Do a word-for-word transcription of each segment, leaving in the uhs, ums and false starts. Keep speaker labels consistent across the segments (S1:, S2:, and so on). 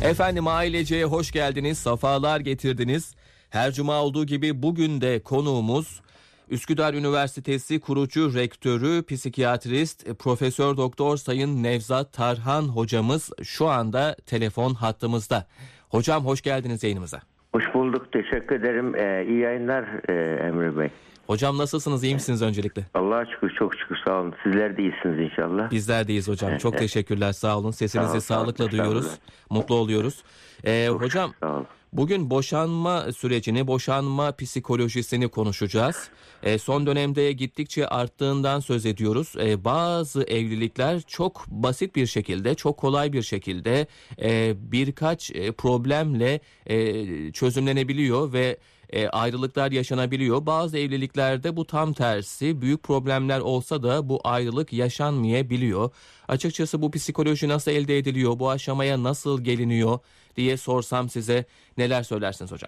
S1: Efendim aileceye hoş geldiniz, safalar getirdiniz. Her cuma olduğu gibi bugün de konuğumuz Üsküdar Üniversitesi kurucu rektörü, psikiyatrist, Profesör Doktor Sayın Nevzat Tarhan hocamız şu anda telefon hattımızda. Hocam hoş geldiniz yayınımıza.
S2: Hoş bulduk, teşekkür ederim. Ee, iyi yayınlar e, Emre Bey.
S1: Hocam nasılsınız, iyi misiniz öncelikle?
S2: Allah'a şükür, çok şükür, sağ olun. Sizler de iyisiniz inşallah.
S1: Bizler deyiz hocam. Çok teşekkürler, sağ olun. Sesinizi sağ ol, sağlıkla
S2: sağ
S1: duyuyoruz. Mutlu oluyoruz. Ee, hocam bugün boşanma sürecini, boşanma psikolojisini konuşacağız. Ee, son dönemde gittikçe arttığından söz ediyoruz. Ee, bazı evlilikler çok basit bir şekilde, çok kolay bir şekilde e, birkaç problemle e, çözümlenebiliyor ve E, ayrılıklar yaşanabiliyor. Bazı evliliklerde bu tam tersi. Büyük problemler olsa da bu ayrılık yaşanmayabiliyor. Açıkçası bu psikoloji nasıl elde ediliyor? Bu aşamaya nasıl geliniyor diye sorsam size neler söylersiniz hocam?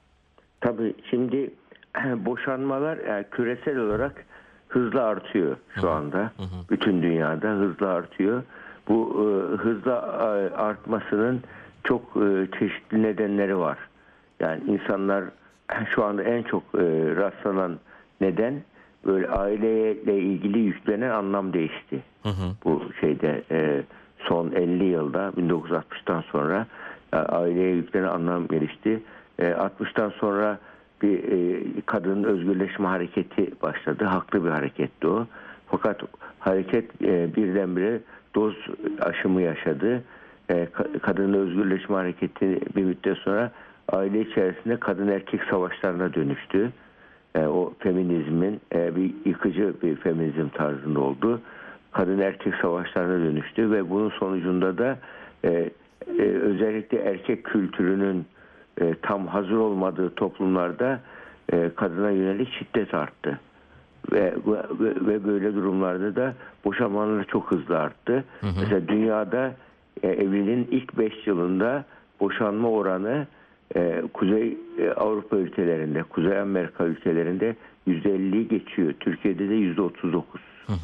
S2: Tabii şimdi boşanmalar yani küresel olarak hızla artıyor şu anda. Hı hı. Bütün dünyada hızla artıyor. Bu e, hızla e, artmasının çok e, çeşitli nedenleri var. Yani insanlar şu anda en çok e, rastlanan neden böyle aileyle ilgili yüklenen anlam değişti. Hı hı. Bu şeyde e, son elli yılda bin dokuz yüz altmıştan sonra e, aileye yüklenen anlam gelişti. E, altmıştan sonra bir e, kadının özgürleşme hareketi başladı. Haklı bir hareketti o. Fakat hareket e, birdenbire doz aşımı yaşadı. E, kadının özgürleşme hareketi bir müddet sonra aile içerisinde kadın erkek savaşlarına dönüştü. E, o feminizmin e, bir yıkıcı bir feminizm tarzında oldu. Kadın erkek savaşlarına dönüştü ve bunun sonucunda da e, e, özellikle erkek kültürünün e, tam hazır olmadığı toplumlarda e, kadına yönelik şiddet arttı. Ve, ve, ve böyle durumlarda da boşanmalar çok hızlı arttı. Hı hı. Mesela dünyada e, evliliğin ilk beş yılında boşanma oranı Ee, Kuzey Avrupa ülkelerinde, Kuzey Amerika ülkelerinde yüzde elliyi geçiyor. Türkiye'de de yüzde otuz dokuz.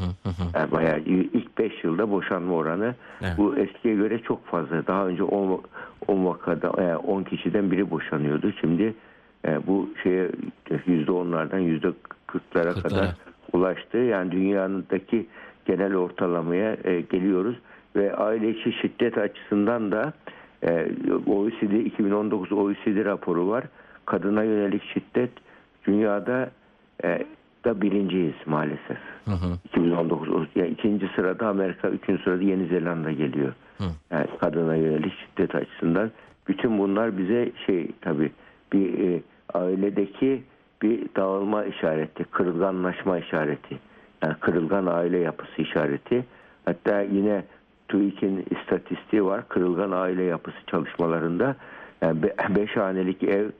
S2: Yani bayağı ilk beş yılda boşanma oranı. Evet. Bu eskiye göre çok fazla. Daha önce on, on vakada yani on kişiden biri boşanıyordu. Şimdi e, bu şeye yüzde onlardan yüzde kırklara kadar ulaştı. Yani dünyadaki genel ortalamaya e, geliyoruz ve aile içi şiddet açısından da O E C D iki bin on dokuz O E C D raporu var. Kadına yönelik şiddet dünyada e, da birinciyiz maalesef. Hı hı. iki bin on dokuz yani ikinci sırada Amerika, üçüncü sırada Yeni Zelanda geliyor. Hı. Yani kadına yönelik şiddet açısından bütün bunlar bize şey tabii bir e, ailedeki bir dağılma işareti, kırılganlaşma işareti. Yani kırılgan aile yapısı işareti. Hatta yine TÜİK'in istatistiği var. Kırılgan aile yapısı çalışmalarında yani beş hanelik ev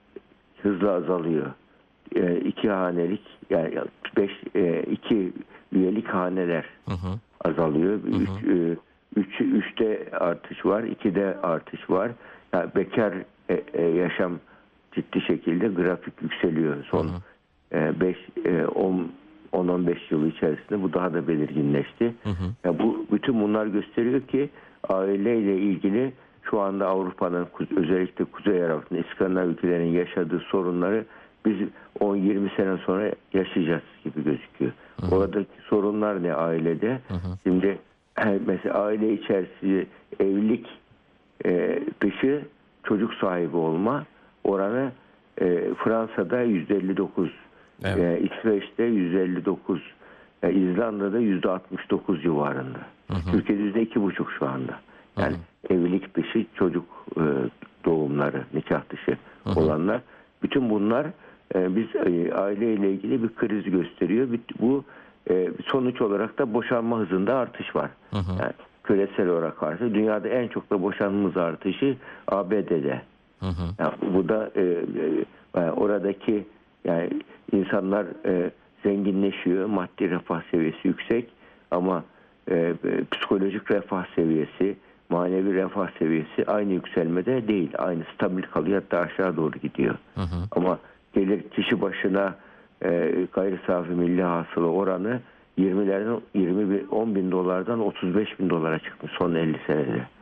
S2: hızla azalıyor. E, iki hanelik yani beş e, iki üyelik haneler hı hı. azalıyor. Hı hı. Üç, e, üç, üçte artış var. ikide artış var. Yani bekar e, e, yaşam ciddi şekilde grafik yükseliyor. Son beş on on on beş yıl içerisinde bu daha da belirginleşti. Hı hı. Yani bu bütün bunlar gösteriyor ki aileyle ilgili şu anda Avrupa'nın özellikle Kuzey Avrupa'nın İskandinav ülkelerinin yaşadığı sorunları biz on yirmi sene sonra yaşayacağız gibi gözüküyor. Hı hı. Oradaki sorunlar ne ailede? Hı hı. Şimdi mesela aile içerisinde evlilik e, dışı çocuk sahibi olma oranı e, Fransa'da yüzde elli dokuz. Evet. Ee, İsveç'te yüzde elli dokuz, e, İzlanda'da yüzde altmış dokuz civarında. Hı hı. Türkiye'de yüzde iki buçuk şu anda. Yani hı hı. evlilik dışı çocuk e, doğumları, nikah dışı hı hı. olanlar. Bütün bunlar e, biz e, aileyle ilgili bir kriz gösteriyor. Bu e, sonuç olarak da boşanma hızında artış var. Hı hı. Yani küresel olarak artış. Dünyada en çok da boşanma hızı artışı A B D'de. Hı hı. Yani bu da e, e, oradaki yani insanlar e, zenginleşiyor, maddi refah seviyesi yüksek ama e, psikolojik refah seviyesi, manevi refah seviyesi aynı yükselmede değil, aynı stabil kalıyor, hatta aşağı doğru gidiyor. Hı hı. Ama gelir kişi başına e, gayri safi milli hasıla oranı yirmilerden yirmi on bin dolardan otuz beş bin dolara çıkmış son elli senede.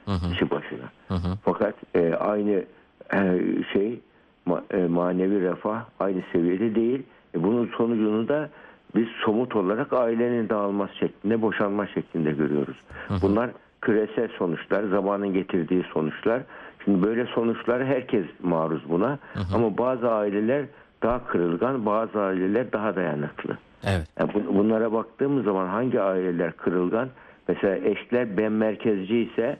S2: hı hı. kişi başına. Hı hı. Fakat e, aynı e, şey ma, e, manevi refah aynı seviyede değil. E, bunun sonucunu da biz somut olarak ailenin dağılması şeklinde, boşanma şeklinde görüyoruz. Hı hı. Bunlar küresel sonuçlar, zamanın getirdiği sonuçlar. Şimdi böyle sonuçlara herkes maruz buna. Hı hı. Ama bazı aileler daha kırılgan, bazı aileler daha dayanıklı.
S1: Evet.
S2: Yani bunlara baktığımız zaman hangi aileler kırılgan? Mesela eşler ben merkezci ise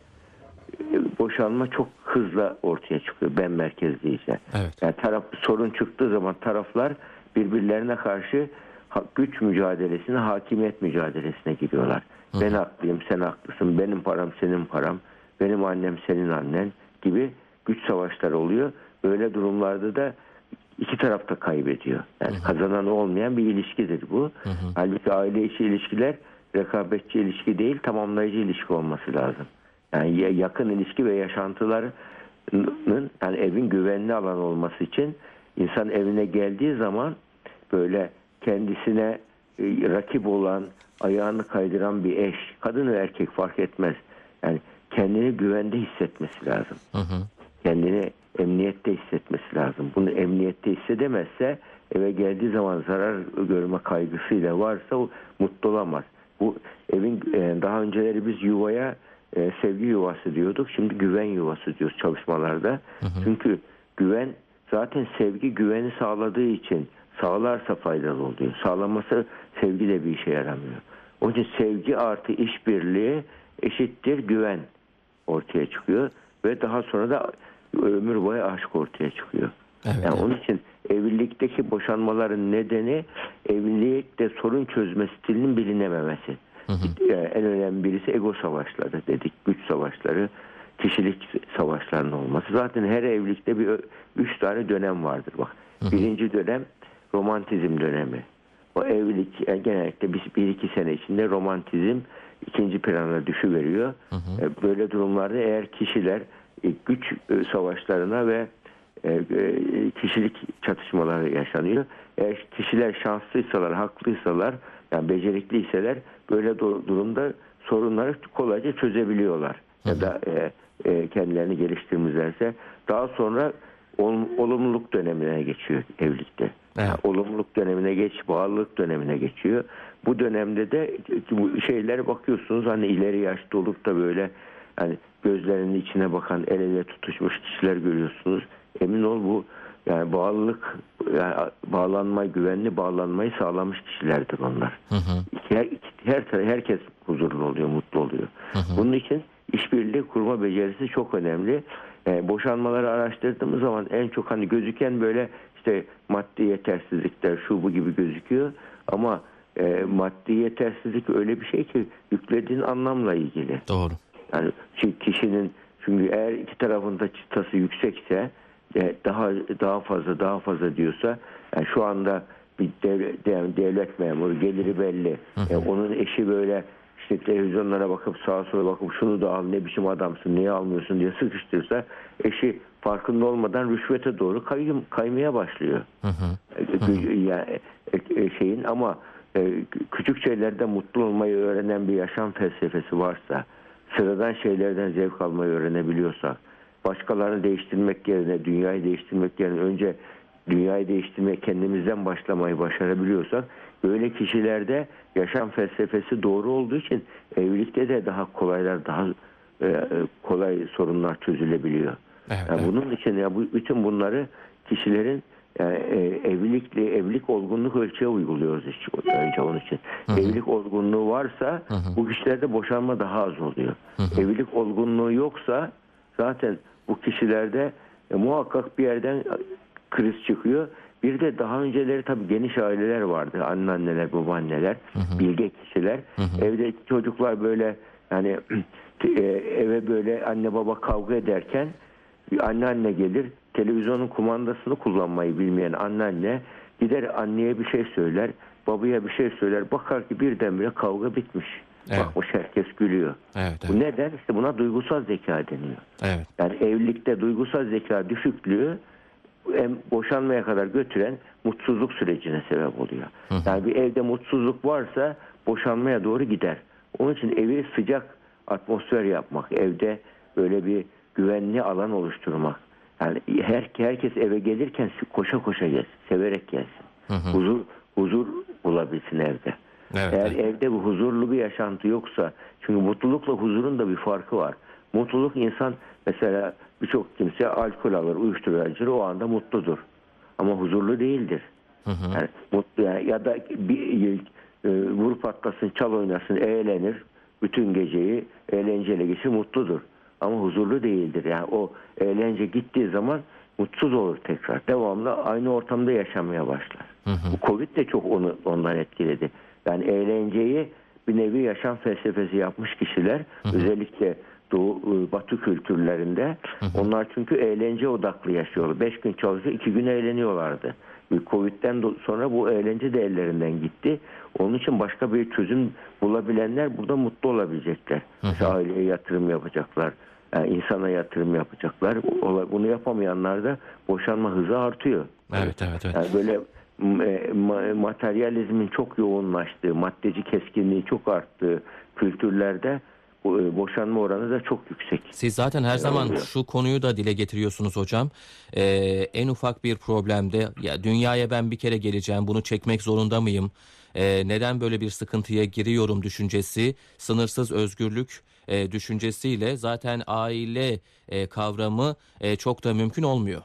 S2: boşanma çok hızlı ortaya çıkıyor. Ben merkezli ise.
S1: Evet.
S2: Yani taraf sorun çıktığı zaman taraflar birbirlerine karşı güç mücadelesine, hakimiyet mücadelesine giriyorlar. Hı hı. Ben haklıyım, sen haklısın. Benim param, senin param. Benim annem, senin annen gibi güç savaşları oluyor. Böyle durumlarda da iki taraf da kaybediyor. Yani hı hı. kazanan olmayan bir ilişkidir bu. Hı hı. Halbuki aile içi ilişkiler rekabetçi ilişki değil, tamamlayıcı ilişki olması lazım. Yani yakın ilişki ve yaşantılarının, yani evin güvenli alan olması için insan evine geldiği zaman böyle kendisine e, rakip olan, ayağını kaydıran bir eş, kadın ve erkek fark etmez. Yani kendini güvende hissetmesi lazım. Hı hı. Kendini emniyette hissetmesi lazım. Bunu emniyette hissedemezse eve geldiği zaman zarar görme kaygısıyla varsa o mutlu olamaz. Bu evin e, daha önceleri biz yuvaya e, sevgi yuvası diyorduk. Şimdi güven yuvası diyoruz çalışmalarda. Hı hı. Çünkü güven zaten sevgi güveni sağladığı için sağlarsa faydalı oluyor. Sağlaması sevgi de bir işe yaramıyor. Onun için sevgi artı işbirliği eşittir güven ortaya çıkıyor ve daha sonra da ömür boyu aşk ortaya çıkıyor. Evet, yani evet. Onun için evlilikteki boşanmaların nedeni evlilikte sorun çözme stilinin bilinememesi. Hı hı. Yani en önemli birisi ego savaşları dedik, güç savaşları, kişilik savaşlarının olması. Zaten her evlilikte bir üç tane dönem vardır bak. Hı hı. Birinci dönem romantizm dönemi. O evlilik yani genellikle bir, bir iki sene içinde romantizm ikinci plana düşüveriyor. Hı hı. Böyle durumlarda eğer kişiler güç savaşlarına ve kişilik çatışmaları yaşanıyor. Eğer kişiler şanslıysalar, haklıysalar, yani becerikliyseler böyle durumda sorunları kolayca çözebiliyorlar. Hı hı. Ya da e, e, kendilerini geliştirmişlerse daha sonra ol, olumluluk dönemine geçiyor evlilikte. Evet. Yani olumluluk dönemine geç, bağlılık dönemine geçiyor. Bu dönemde de bu şeylere bakıyorsunuz hani ileri yaşta olup da böyle hani gözlerinin içine bakan el ele tutuşmuş kişiler görüyorsunuz. Emin ol bu yani bağlılık, yani bağlanmayı, güvenli bağlanmayı sağlamış kişilerdir onlar. Hı hı. Her, her herkes huzurlu oluyor, mutlu oluyor. Hı hı. Bunun için işbirliği kurma becerisi çok önemli. Yani boşanmaları araştırdığımız zaman en çok hani gözüken böyle işte maddi yetersizlikler, şu bu gibi gözüküyor. Ama e, maddi yetersizlik öyle bir şey ki yüklediğin anlamla ilgili.
S1: Doğru.
S2: Yani kişinin çünkü eğer iki tarafında çıtası yüksekse daha daha fazla daha fazla diyorsa yani şu anda bir devlet, devlet memuru geliri belli. Hı hı. Yani onun eşi böyle işte televizyonlara bakıp sağa sola bakıp şunu da al ne biçim adamsın niye almıyorsun diye sıkıştırsa eşi farkında olmadan rüşvete doğru kayım, kaymaya başlıyor. Hı hı. Yani şeyin ama küçük şeylerde mutlu olmayı öğrenen bir yaşam felsefesi varsa, sıradan şeylerden zevk almayı öğrenebiliyorsak, başkalarını değiştirmek yerine, dünyayı değiştirmek yerine önce dünyayı değiştirmek kendimizden başlamayı başarabiliyorsak, böyle kişilerde yaşam felsefesi doğru olduğu için evlilikte de daha kolaylar, daha e, kolay sorunlar çözülebiliyor. Evet, yani evet. Bunun için ya bu bütün bunları kişilerin yani, e, evlilikle evlilik olgunluk ölçüye uyguluyoruz işte, önce onun için. Hı hı. Evlilik olgunluğu varsa hı hı. bu kişilerde boşanma daha az oluyor. Hı hı. Evlilik olgunluğu yoksa zaten bu kişilerde e, muhakkak bir yerden kriz çıkıyor. Bir de daha önceleri tabii geniş aileler vardı. Anneanneler, babaanneler, hı hı. bilge kişiler. Hı hı. Evde çocuklar böyle yani e, eve böyle anne baba kavga ederken anneanne gelir. Televizyonun kumandasını kullanmayı bilmeyen anneanne gider anneye bir şey söyler, babaya bir şey söyler. Bakar ki birdenbire kavga bitmiş. Evet. Bakmış herkes gülüyor. Evet, evet. Bu neden? İşte buna duygusal zeka deniyor. Evet. Yani evlilikte duygusal zeka düşüklüğü boşanmaya kadar götüren mutsuzluk sürecine sebep oluyor. Hı hı. Yani bir evde mutsuzluk varsa boşanmaya doğru gider. Onun için evi sıcak atmosfer yapmak, evde böyle bir güvenli alan oluşturmak. Yani her, herkes eve gelirken koşa koşa gelsin, severek gelsin. Hı hı. Huzur huzur bulabilsin evde. Evet, Eğer evet. evde bu huzurlu bir yaşantı yoksa, çünkü mutlulukla huzurun da bir farkı var. Mutluluk, insan mesela birçok kimse alkol alır, uyuşturucudur, o anda mutludur. Ama huzurlu değildir. Hı hı. Yani mutlu yani, ya da bir e, vur patlasın, çal oynasın, eğlenir, bütün geceyi eğlenceyle geçir, mutludur. Ama huzurlu değildir. Yani o eğlence gittiği zaman mutsuz olur tekrar. Devamlı aynı ortamda yaşamaya başlar. Hı hı. Bu Covid de çok onu ondan etkiledi. Yani eğlenceyi bir nevi yaşam felsefesi yapmış kişiler, hı hı. özellikle Doğu, Batı kültürlerinde, hı hı. onlar çünkü eğlence odaklı yaşıyorlar. Beş gün çalışıyor, iki gün eğleniyorlardı. Covid'den sonra bu eğlence de ellerinden gitti. Onun için başka bir çözüm bulabilenler burada mutlu olabilecekler. Hı hı. Mesela aileye yatırım yapacaklar, yani insana yatırım yapacaklar. Bunu yapamayanlar da boşanma hızı artıyor.
S1: Evet, evet, evet.
S2: Yani böyle materyalizmin çok yoğunlaştığı, maddeci keskinliği çok arttığı kültürlerde boşanma oranı da çok yüksek.
S1: Siz zaten her zaman oluyor. Şu konuyu da dile getiriyorsunuz hocam. Ee, en ufak bir problemde, ya dünyaya ben bir kere geleceğim, bunu çekmek zorunda mıyım? Ee, neden böyle bir sıkıntıya giriyorum düşüncesi, sınırsız özgürlük e, düşüncesiyle zaten aile e, kavramı e, çok da mümkün olmuyor.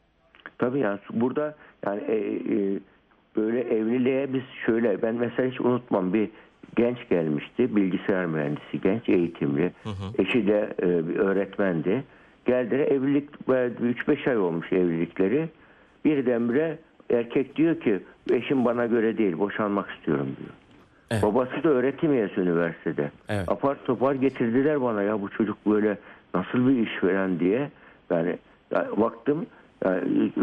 S2: Tabii yani burada yani e, e, böyle evliliğe biz şöyle, ben mesela hiç unutmam, bir genç gelmişti, bilgisayar mühendisi genç, eğitimli, hı hı. eşi de e, bir öğretmendi. Geldiler, evlilik üç beş ay olmuş evlilikleri, birdenbire erkek diyor ki eşim bana göre değil, boşanmak istiyorum diyor. Evet. Babası da öğretim üyesi üniversitede. Evet. Apar topar getirdiler bana, ya bu çocuk böyle nasıl bir iş veren diye. Yani, yani baktım, yani,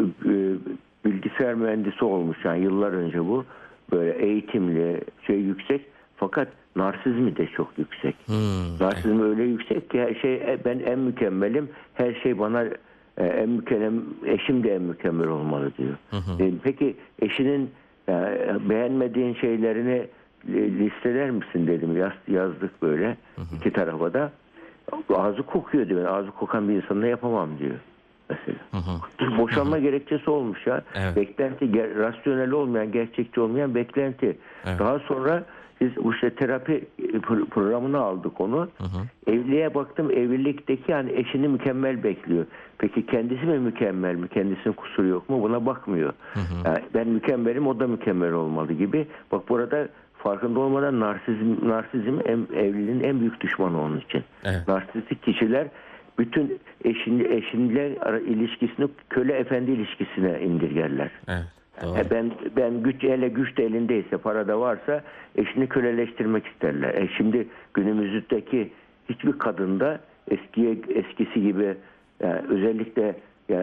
S2: bilgisayar mühendisi olmuş yani yıllar önce bu. Böyle eğitimli, şey yüksek, fakat narsizmi de çok yüksek. Hmm. Narsizmi öyle yüksek ki her şey, ben en mükemmelim, her şey bana en mükemmel, eşim de en mükemmel olmalı diyor. Hı hı. Peki eşinin yani, beğenmediğin şeylerini listeler misin dedim. Yaz, yazdık böyle, hı hı. iki tarafa da. Ağzı kokuyor diyor. Ağzı kokan bir insanla yapamam diyor mesela. Hı hı. Boşanma hı hı. gerekçesi olmuş ya. Evet. Beklenti, rasyonel olmayan, gerçekçi olmayan beklenti. Evet. Daha sonra biz bu işte terapi programını aldık onu. Hı hı. Evliliğe baktım, evlilikteki yani eşini mükemmel bekliyor. Peki kendisi mi mükemmel mi? Kendisinin kusuru yok mu? Buna bakmıyor. Hı hı. Yani ben mükemmelim, o da mükemmel olmalı gibi. Bak burada farkında olmadan narsizm, narsizm en, evliliğin en büyük düşmanı onun için. Evet. Narsistik kişiler bütün eşin, eşinle ilişkisini köle efendi ilişkisine indirgerler. Evet. Doğru. Ben ben güç ele güç de elindeyse, para da varsa eşini köleleştirmek isterler. E şimdi günümüzdeki hiçbir kadında eskiye eskisi gibi, yani özellikle yani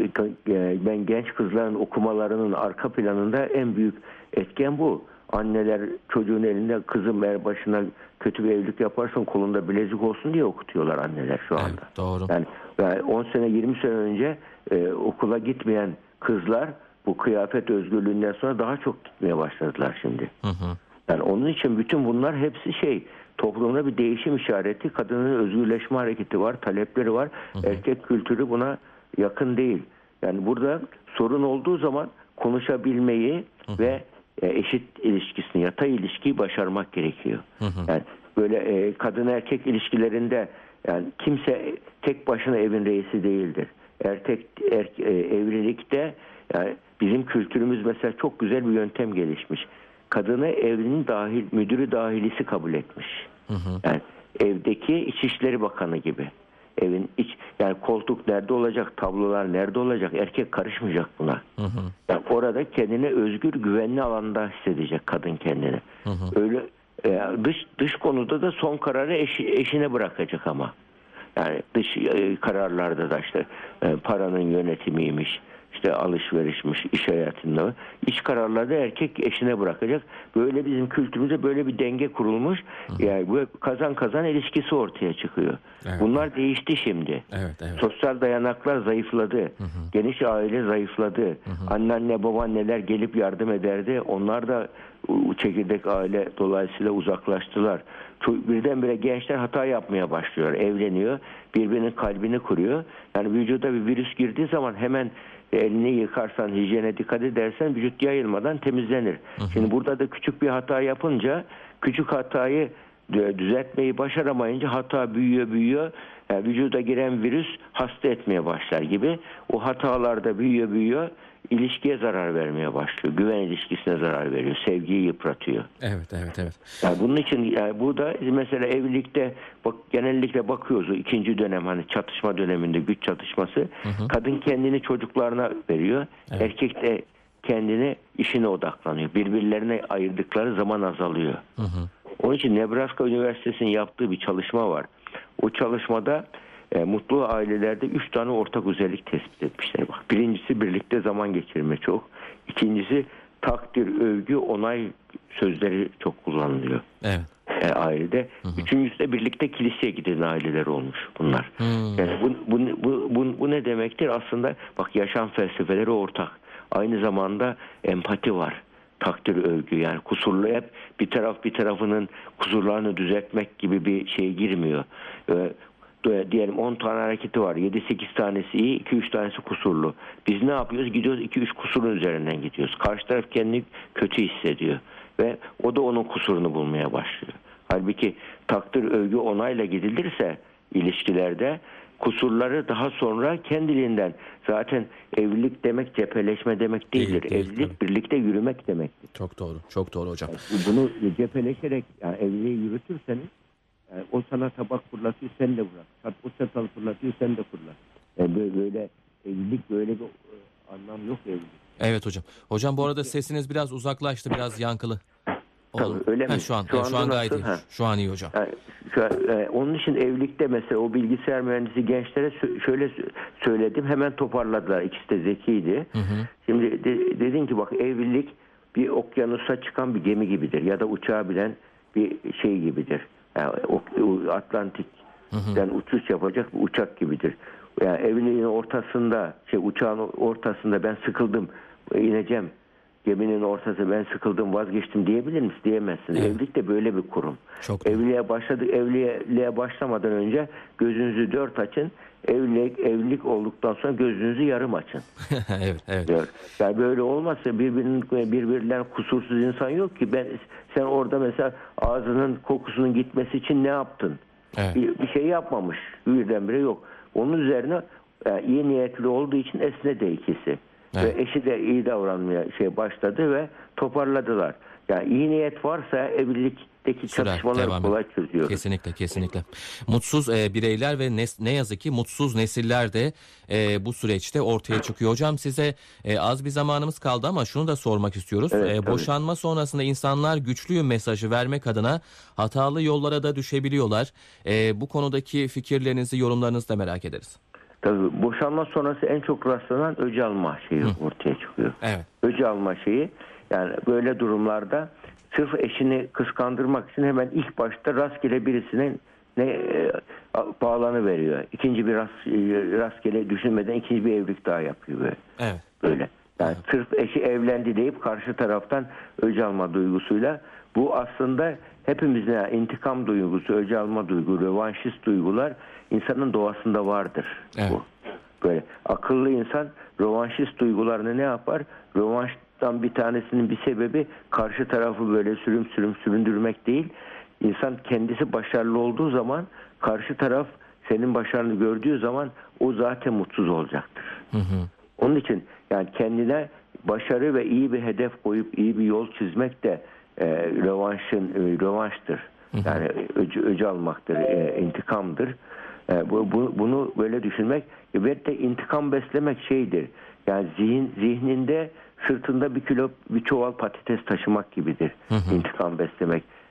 S2: ben genç kızların okumalarının arka planında en büyük etken bu. Anneler çocuğun elinde, kızım eğer başına kötü bir evlilik yaparsan kolunda bilezik olsun diye okutuyorlar anneler şu anda. Evet,
S1: doğru.
S2: Yani, yani on sene yirmi sene önce e, okula gitmeyen kızlar bu kıyafet özgürlüğünden sonra daha çok gitmeye başladılar şimdi. Hı hı. Yani onun için bütün bunlar hepsi şey, toplumda bir değişim işareti, kadının özgürleşme hareketi var, talepleri var. Hı hı. Erkek kültürü buna yakın değil. Yani burada sorun olduğu zaman konuşabilmeyi, hı hı. ve eşit ilişkisini, yatay ilişkiyi başarmak gerekiyor. Hı hı. Yani böyle e, kadın erkek ilişkilerinde yani kimse tek başına evin reisi değildir. Erkek er, e, evlilikte yani bizim kültürümüz mesela çok güzel bir yöntem gelişmiş. Kadını evinin dahil müdürü dahilisi kabul etmiş. Hı hı. Yani evdeki İçişleri Bakanı gibi. Evin iç, yani koltuk nerede olacak, tablolar nerede olacak, erkek karışmayacak buna. Hı hı. Yani orada kendini özgür, güvenli alanda hissedecek kadın kendini. Hı hı. Öyle e, dış dış konuda da son kararı eşi, eşine bırakacak ama. Yani dış e, kararlarda da işte e, paranın yönetimiymiş, işte alışverişmiş, iş hayatında. İş kararları erkek eşine bırakacak. Böyle bizim kültürümüzde böyle bir denge kurulmuş. Hı. Yani bu kazan kazan ilişkisi ortaya çıkıyor. Evet. Bunlar değişti şimdi.
S1: Evet, evet.
S2: Sosyal dayanaklar zayıfladı. Hı hı. Geniş aile zayıfladı. Hı hı. Anneanne babaanneler gelip yardım ederdi. Onlar da çekirdek aile dolayısıyla uzaklaştılar. Birdenbire gençler hata yapmaya başlıyor. Evleniyor. Birbirinin kalbini kuruyor. Yani vücuda bir virüs girdiği zaman hemen elini yıkarsan, hijyene dikkat edersen vücut yayılmadan temizlenir. Hı hı. Şimdi burada da küçük bir hata yapınca küçük hatayı düzeltmeyi başaramayınca hata büyüyor büyüyor. Yani vücuda giren virüs hasta etmeye başlar gibi. O hatalarda büyüyor büyüyor. İlişkiye zarar vermeye başlıyor. Güven ilişkisine zarar veriyor. Sevgiyi yıpratıyor.
S1: Evet, evet, evet.
S2: Yani bunun için yani bu da mesela evlilikte bak, genellikle bakıyoruz ikinci dönem hani çatışma döneminde güç çatışması. Hı hı. Kadın kendini çocuklarına veriyor. Evet. Erkek de kendini işine odaklanıyor. Birbirlerine ayırdıkları zaman azalıyor. Hı hı. Onun için Nebraska Üniversitesi'nin yaptığı bir çalışma var. O çalışmada E, mutlu ailelerde üç tane ortak özellik tespit etmişler. Bak, birincisi birlikte zaman geçirme çok. İkincisi takdir, övgü, onay sözleri çok kullanılıyor. Evet. E, ailede. Hı hı. Üçüncüsü de birlikte kiliseye giden aileler olmuş bunlar. Hı. Yani bu, bu, bu, bu, bu ne demektir? Aslında bak yaşam felsefeleri ortak. Aynı zamanda empati var. Takdir, övgü yani kusurlu hep bir taraf bir tarafının kusurlarını düzeltmek gibi bir şey girmiyor. E, diyelim on tane hareketi var. yedi sekiz tanesi iyi, iki üç tanesi kusurlu. Biz ne yapıyoruz? Gidiyoruz iki üç kusurun üzerinden gidiyoruz. Karşı taraf kendini kötü hissediyor. Ve o da onun kusurunu bulmaya başlıyor. Halbuki takdir, övgü, onayla gidilirse ilişkilerde kusurları daha sonra kendiliğinden zaten evlilik demek cepheleşme demek değildir. Değil, değil, evlilik tabii. Birlikte yürümek demektir.
S1: Çok doğru. Çok doğru hocam.
S2: Yani bunu cepheleşerek yani evliliği yürütürseniz yani o sana tabak fırlatıyor sen de bırak. O çatal fırlatıyor sen de fırlat. Yani böyle, böyle evlilik böyle bir anlam yok evlilik.
S1: Evet hocam. Hocam bu arada sesiniz biraz uzaklaştı, biraz yankılı.
S2: Tabii, öyle mi?
S1: Ha, şu an, şu, şu an gayet iyi. Ha. Şu an iyi hocam. Yani,
S2: şu an, e, onun için evlilikte mesela o bilgisayar mühendisi gençlere şöyle söyledim. Hemen toparladılar. İkisi de zekiydi. Hı hı. Şimdi de, dedin ki bak evlilik bir okyanusa çıkan bir gemi gibidir. Ya da uçağı bilen bir şey gibidir. Yani Atlantik'ten uçuş yapacak bir uçak gibidir. Yani evliliğin ortasında, şey uçağın ortasında ben sıkıldım, ineceğim. Geminin ortası ben sıkıldım, vazgeçtim diyebilir misin? Diyemezsin. Evet. Evlilik de böyle bir kurum. Çok evliliğe başladık, evliliğe başlamadan önce gözünüzü dört açın. Evlilik evlilik olduktan sonra gözünüzü yarım açın.
S1: Evet, evet.
S2: Diyor. Yani böyle olmazsa birbirinin birbirlerine kusursuz insan yok ki. Ben sen orada mesela ağzının kokusunun gitmesi için ne yaptın? Evet. Bir, bir şey yapmamış. Birdenbire yok. Onun üzerine yani iyi niyetli olduğu için esnedi ikisi. Evet. Ve eşi de iyi davranmaya şey başladı ve toparladılar. Yani iyi niyet varsa evlilikteki Sürer, çatışmaları kolay çözüyor.
S1: Kesinlikle, kesinlikle. Mutsuz e, bireyler ve ne, ne yazık ki mutsuz nesiller de e, bu süreçte ortaya çıkıyor. Hocam size e, az bir zamanımız kaldı ama şunu da sormak istiyoruz. Evet, e, boşanma sonrasında insanlar güçlüyüm mesajı vermek adına hatalı yollara da düşebiliyorlar. E, bu konudaki fikirlerinizi, yorumlarınızı da merak ederiz.
S2: Tabii boşanma sonrası en çok rastlanan öc alma şeyi Hı. ortaya çıkıyor. Evet. Öc alma şeyi yani böyle durumlarda sırf eşini kıskandırmak için hemen ilk başta rastgele birisine ne e, bağlanı veriyor. İkinci bir rast, e, rastgele düşünmeden ikinci bir evlilik daha yapıyor böyle. Evet. Böyle. Yani evet. Sırf eşi evlendi deyip karşı taraftan öc alma duygusuyla bu aslında hepimizin yani intikam duygusu, öc alma duygu, rövanşist duygular insanın doğasında vardır. Evet. Bu. Böyle akıllı insan rövanşist duygularını ne yapar? Rövanştan bir tanesinin bir sebebi karşı tarafı böyle sürüm sürüm süründürmek değil. İnsan kendisi başarılı olduğu zaman karşı taraf senin başarını gördüğü zaman o zaten mutsuz olacaktır. Hı hı. Onun için yani kendine başarı ve iyi bir hedef koyup iyi bir yol çizmek de e, rövanşın e, rövanştır. Hı hı. Yani öc, öc almaktır, e, intikamdır. E, bu, bu, bunu böyle düşünmek ve de intikam beslemek şeydir. Yani zihin zihninde sırtında bir kilo bir çuval patates taşımak gibidir. Hı hı. İntikam beslemek.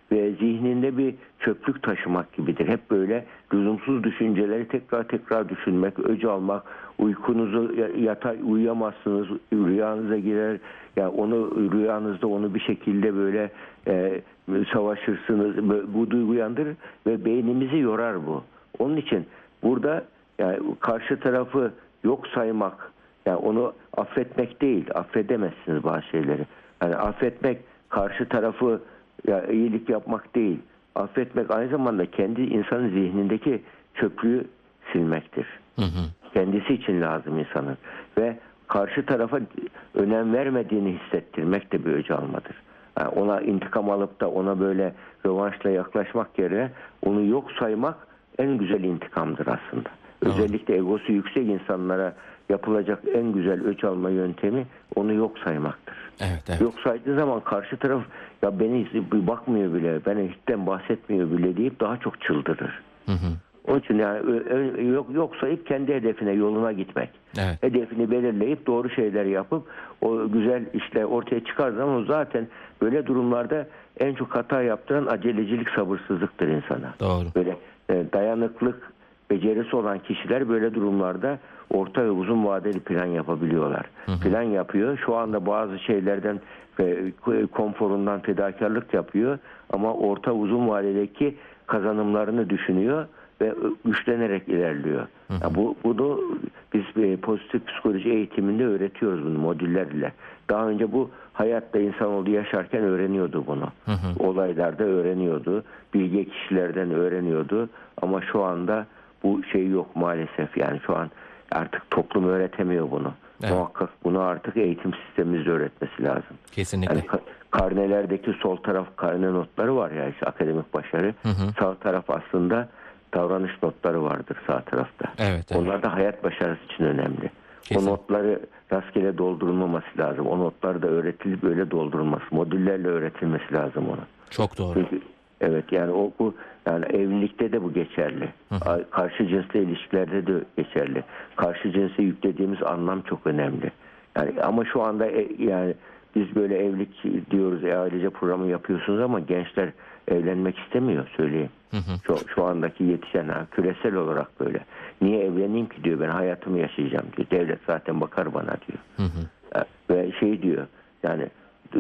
S2: ve zihninde bir çöplük taşımak gibidir. Hep böyle lüzumsuz düşünceleri tekrar tekrar düşünmek, öc almak, uykunuzu yata uyuyamazsınız, rüyanıza girer. Yani onu rüyanızda onu bir şekilde böyle e, savaşırsınız. Bu duygu uyandırır ve beynimizi yorar bu. Onun için burada yani karşı tarafı yok saymak, yani onu affetmek değil, affedemezsiniz bazı şeyleri. Yani affetmek karşı tarafı ya iyilik yapmak değil. Affetmek aynı zamanda kendi insanın zihnindeki çöplüğü silmektir. Hı hı. Kendisi için lazım insanın. Ve karşı tarafa önem vermediğini hissettirmek de bir öc almadır. Yani ona intikam alıp da ona böyle rövanşla yaklaşmak yerine onu yok saymak en güzel intikamdır aslında. Doğru. Özellikle egosu yüksek insanlara yapılacak en güzel öc alma yöntemi onu yok saymaktır.
S1: Evet, evet.
S2: Yok saydığı zaman karşı taraf ya beni bakmıyor bile, bana hiçten bahsetmiyor bile deyip daha çok çıldırır. Hı hı. Onun için yani yok, yok sayıp kendi hedefine, yoluna gitmek. Evet. Hedefini belirleyip doğru şeyler yapıp o güzel işler ortaya çıkar zaman zaten böyle durumlarda en çok hata yaptıran acelecilik, sabırsızlıktır insana.
S1: Doğru.
S2: Böyle dayanıklık, becerisi olan kişiler böyle durumlarda orta ve uzun vadeli plan yapabiliyorlar. Hı hı. Plan yapıyor. Şu anda bazı şeylerden ve konforundan fedakarlık yapıyor ama orta uzun vadedeki kazanımlarını düşünüyor ve güçlenerek ilerliyor. Hı hı. Yani bu bunu biz pozitif psikoloji eğitiminde öğretiyoruz bunu modüllerle. Daha önce bu hayatta insanoğlu yaşarken öğreniyordu bunu. Hı hı. Olaylarda öğreniyordu. Bilge kişilerden öğreniyordu ama şu anda bu şey yok maalesef. Yani şu an artık toplum öğretemiyor bunu. Evet. Muhakkak bunu artık eğitim sistemimizde öğretmesi lazım.
S1: Kesinlikle.
S2: Yani karnelerdeki sol taraf karne notları var ya işte akademik başarı. Hı hı. Sağ taraf aslında davranış notları vardır sağ tarafta.
S1: Evet, evet.
S2: Onlar da hayat başarısı için önemli. Kesin. O notları rastgele doldurulmaması lazım. O notları da öğretilip böyle doldurulması, modüllerle öğretilmesi lazım ona.
S1: Çok doğru.
S2: Çünkü evet yani o bu yani evlilikte de bu geçerli. Hı hı. Karşı cinsle ilişkilerde de geçerli. Karşı cinse yüklediğimiz anlam çok önemli. Yani ama şu anda e, yani biz böyle evlilik diyoruz, e, ailece programı yapıyorsunuz ama gençler evlenmek istemiyor söyleyeyim. Hı hı. Şu, şu andaki yetişen ha, küresel olarak böyle. Niye evleneyim ki diyor, ben hayatımı yaşayacağım diyor. Devlet zaten bakar bana diyor. Hı hı. Ve şey diyor yani e,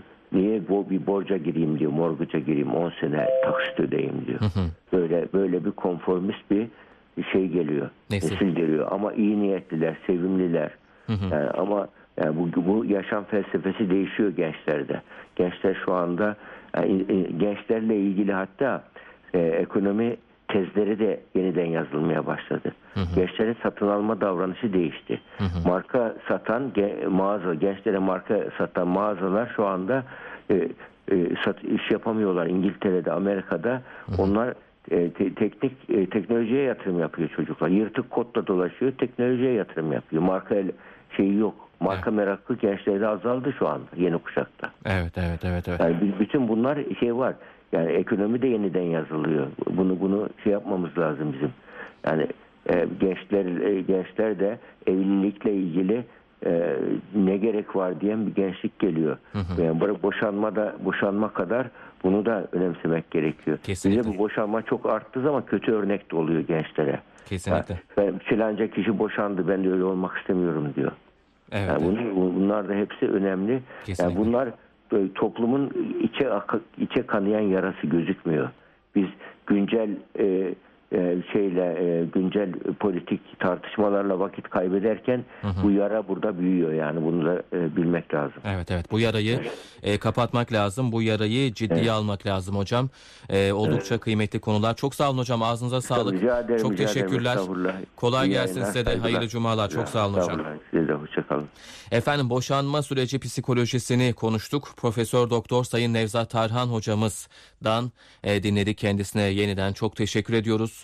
S2: niye bu bir borca gireyim diyor, morgaca gireyim, on sene taksit ödeyeyim diyor. Hı hı. Böyle böyle bir konformist bir şey geliyor. Nesil, Nesil geliyor ama iyi niyetliler, sevimliler. Hı hı. Yani ama yani bu, bu yaşam felsefesi değişiyor gençlerde. Gençler şu anda yani gençlerle ilgili hatta e, ekonomi tezleri de yeniden yazılmaya başladı. Hı hı. Gençlerin satın alma davranışı değişti. Hı hı. Marka satan ge, mağaza, gençlere marka satan mağazalar şu anda e, e, sat, iş yapamıyorlar. İngiltere'de, Amerika'da hı hı. onlar e, te, teknik e, teknolojiye yatırım yapıyor çocuklar. Yırtık kodla dolaşıyor, teknolojiye yatırım yapıyor. Marka şeyi yok. Marka evet. meraklı gençlerde azaldı şu anda yeni kuşakta.
S1: Evet, evet, evet, evet.
S2: Yani bütün bunlar şey var. Yani ekonomi de yeniden yazılıyor. Bunu bunu şey yapmamız lazım bizim. Yani e, gençler e, gençler de evlilikle ilgili e, ne gerek var diyen bir gençlik geliyor. Hı hı. Yani böyle boşanma da boşanma kadar bunu da önemsemek gerekiyor.
S1: Kesinlikle.
S2: Bize bu boşanma çok arttığı zaman kötü örnek de oluyor gençlere.
S1: Kesinlikle.
S2: Yani, ben filanca kişi boşandı, ben de öyle olmak istemiyorum diyor.
S1: Evet,
S2: yani
S1: evet.
S2: Bunlar, bunlar da hepsi önemli.
S1: Kesinlikle.
S2: Yani bunlar toplumun içe içe kanayan yarası gözükmüyor. Biz güncel e, e, şeyle e, güncel politik tartışmalarla vakit kaybederken hı hı. bu yara burada büyüyor, yani bunu da e, bilmek lazım.
S1: Evet evet, bu yarayı e, kapatmak lazım, bu yarayı ciddiye evet. almak lazım hocam. E, oldukça evet. kıymetli konular. Çok sağ olun hocam, ağzınıza sağlık.
S2: Rica ederim,
S1: çok
S2: rica
S1: teşekkürler.
S2: Ederim,
S1: Kolay
S2: İyi
S1: gelsin
S2: yayınlar,
S1: size de,
S2: saygılar.
S1: hayırlı cumalar. Çok sağ olun hocam.
S2: Size de hoşçakalın.
S1: Efendim, boşanma süreci psikolojisini konuştuk. Profesör Doktor Sayın Nevzat Tarhan hocamızdan e, dinledik. Kendisine yeniden çok teşekkür ediyoruz.